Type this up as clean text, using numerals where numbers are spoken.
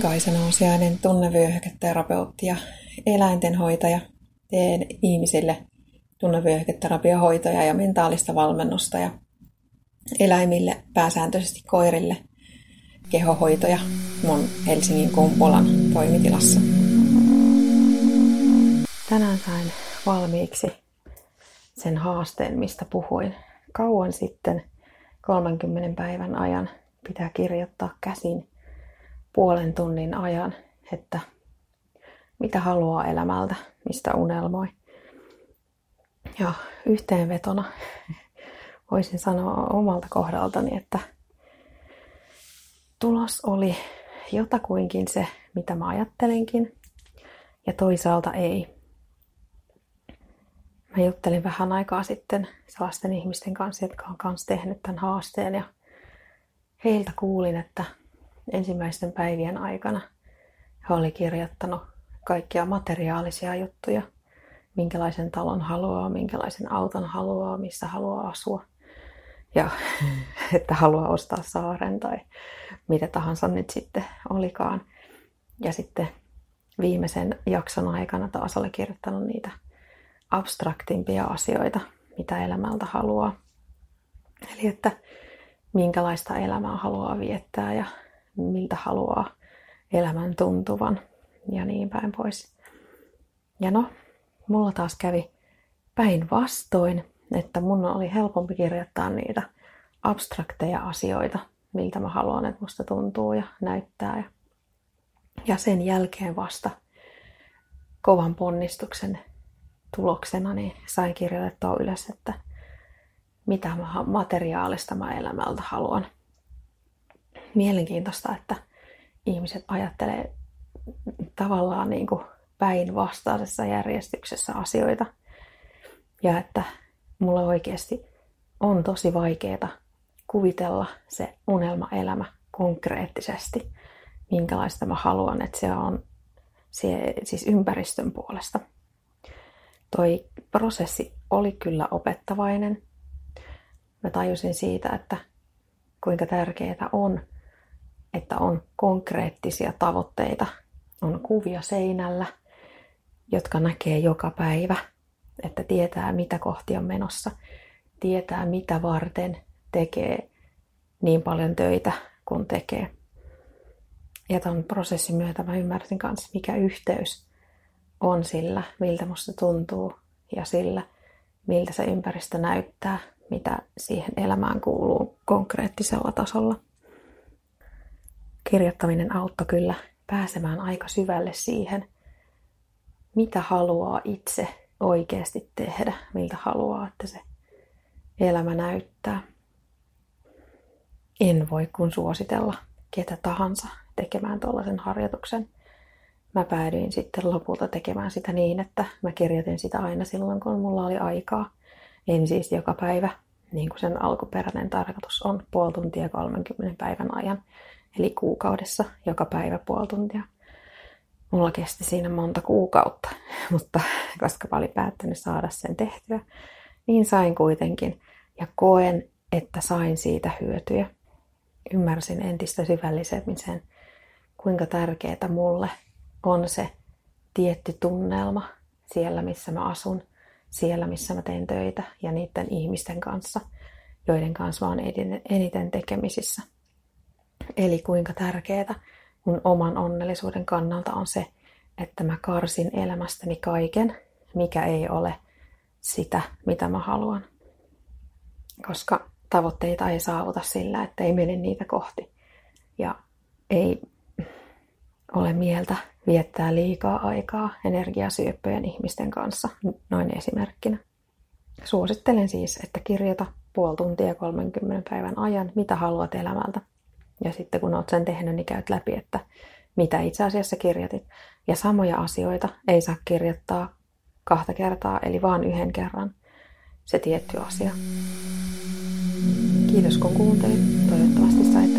Kaisa Nousiainen, tunnevyöhyketerapeutti ja eläintenhoitaja. Teen ihmisille tunnevyöhyketerapiohoitoja ja mentaalista valmennusta ja eläimille, pääsääntöisesti koirille, kehohoitoja mun Helsingin Kumpulan toimitilassa. Tänään sain valmiiksi sen haasteen, mistä puhuin kauan sitten. 30 päivän ajan pitää kirjoittaa käsin puolen tunnin ajan, että mitä haluaa elämältä, mistä unelmoi. Ja yhteenvetona voisin sanoa omalta kohdaltani, että tulos oli jotakuinkin se, mitä mä ajattelinkin, ja toisaalta ei. Mä juttelin vähän aikaa sitten sellaisten ihmisten kanssa, jotka on kanssa tehnyt tämän haasteen, ja heiltä kuulin, että ensimmäisten päivien aikana he oli kirjoittanut kaikkia materiaalisia juttuja, minkälaisen talon haluaa, minkälaisen auton haluaa, missä haluaa asua. Ja että haluaa ostaa saaren tai mitä tahansa nyt sitten olikaan. Ja sitten viimeisen jakson aikana taas oli kirjoittanut niitä abstraktimpia asioita, mitä elämältä haluaa. Eli että minkälaista elämää haluaa viettää ja miltä haluaa elämän tuntuvan ja niin päin pois. Ja no, mulla taas kävi päinvastoin, että mun oli helpompi kirjoittaa niitä abstrakteja asioita, miltä mä haluan, että musta tuntuu ja näyttää. Ja sen jälkeen vasta kovan ponnistuksen tuloksena niin sain kirjoitettua ylös, että mitä materiaalista mä elämältä haluan. Mielenkiintoista, että ihmiset ajattelee tavallaan niin kuin päinvastaisessa järjestyksessä asioita. Ja että mulla oikeasti on tosi vaikeaa kuvitella se unelmaelämä konkreettisesti, minkälaista mä haluan, että se on siis ympäristön puolesta. Toi prosessi oli kyllä opettavainen. Mä tajusin siitä, että kuinka tärkeää on, että on konkreettisia tavoitteita, on kuvia seinällä, jotka näkee joka päivä, että tietää mitä kohti on menossa, tietää mitä varten tekee niin paljon töitä kuin tekee. Ja ton prosessin myötä mä ymmärsin kanssa, mikä yhteys on sillä, miltä musta tuntuu ja sillä, miltä se ympäristö näyttää, mitä siihen elämään kuuluu konkreettisella tasolla. Kirjoittaminen auttoi kyllä pääsemään aika syvälle siihen, mitä haluaa itse oikeasti tehdä, miltä haluaa, että se elämä näyttää. En voi kun suositella ketä tahansa tekemään tuollaisen harjoituksen. Mä päädyin sitten lopulta tekemään sitä niin, että mä kirjoitin sitä aina silloin, kun mulla oli aikaa. En siis joka päivä, niin kuin sen alkuperäinen tarkoitus on, puoli tuntia 30 päivän ajan. Eli kuukaudessa joka päivä puoli tuntia. Mulla kesti siinä monta kuukautta, mutta koska mä olin päättänyt saada sen tehtyä, niin sain kuitenkin. Ja koen, että sain siitä hyötyjä. Ymmärsin entistä syvällisemmin sen, kuinka tärkeää mulle on se tietty tunnelma siellä, missä mä asun, siellä, missä mä teen töitä ja niiden ihmisten kanssa, joiden kanssa mä oon eniten tekemisissä. Eli kuinka tärkeää mun oman onnellisuuden kannalta on se, että mä karsin elämästäni kaiken, mikä ei ole sitä, mitä mä haluan. Koska tavoitteita ei saavuta sillä, että ei mene niitä kohti. Ja ei ole mieltä viettää liikaa aikaa energiasyöppöjen ihmisten kanssa, noin esimerkkinä. Suosittelen siis, että kirjoita puoli tuntia 30 päivän ajan, mitä haluat elämältä. Ja sitten kun olet sen tehnyt, niin käyt läpi, että mitä itse asiassa kirjoitit. Ja samoja asioita ei saa kirjoittaa 2 kertaa, eli vaan 1 kerran se tietty asia. Kiitos kun kuuntelit. Toivottavasti sait